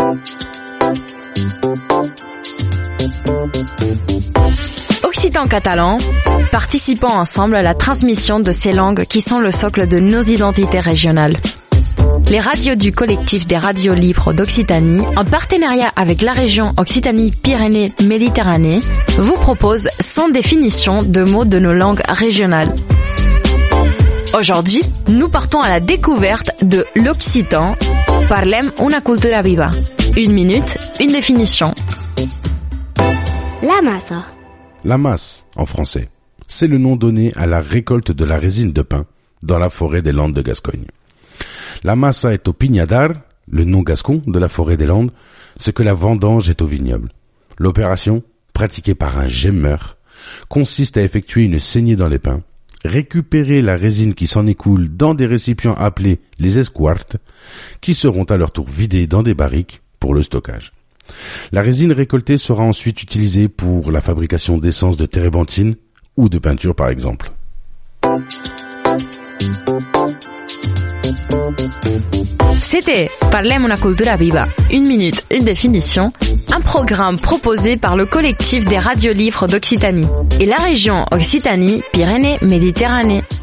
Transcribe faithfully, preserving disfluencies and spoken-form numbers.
Occitan catalan, participons ensemble à la transmission de ces langues qui sont le socle de nos identités régionales. Les radios du collectif des radios libres d'Occitanie, en partenariat avec la région Occitanie-Pyrénées-Méditerranée, vous proposent cent définitions de mots de nos langues régionales. Aujourd'hui, nous partons à la découverte de l'occitan. Parlem una cultura viva. Une minute, une définition. La massa. La masse, en français, c'est le nom donné à la récolte de la résine de pin dans la forêt des Landes de Gascogne. La massa est au pignadar, le nom gascon de la forêt des Landes, ce que la vendange est au vignoble. L'opération, pratiquée par un gemmeur, consiste à effectuer une saignée dans les pins, récupérer la résine qui s'en écoule dans des récipients appelés les esquartes, qui seront à leur tour vidés dans des barriques pour le stockage. La résine récoltée sera ensuite utilisée pour la fabrication d'essence de térébenthine ou de peinture par exemple. C'était Parlem una cultura viva, une minute, une définition, un programme proposé par le collectif des radios libres d'Occitanie et la région Occitanie-Pyrénées-Méditerranée.